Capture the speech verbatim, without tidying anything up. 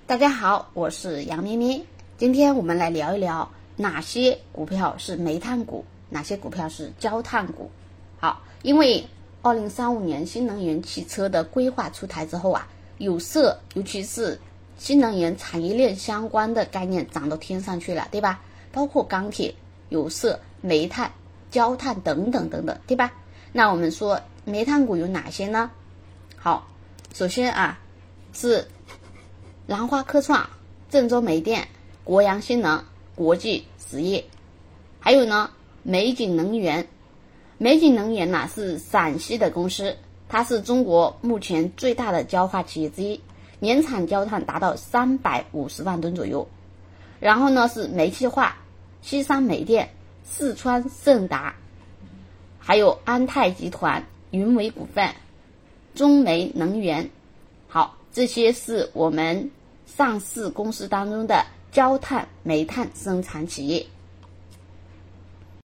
大家好，我是杨咩咩。今天我们来聊一聊哪些股票是煤炭股，哪些股票是焦炭股。好，因为二零三五年新能源汽车的规划出台之后啊，有色尤其是新能源产业链相关的概念涨到天上去了，对吧？包括钢铁、有色、煤炭、焦炭等等等等，对吧？那我们说煤炭股有哪些呢？好，首先啊是兰花科创、郑州煤电、国阳新能、国际实业，还有呢美景能源。美景能源呢是陕西的公司，它是中国目前最大的焦化企业之一，年产焦炭达到三百五十万吨左右。然后呢是煤气化，西山煤电、四川盛达，还有安泰集团、云煤股份、中煤能源。好，这些是我们上市公司当中的焦炭、煤炭生产企业。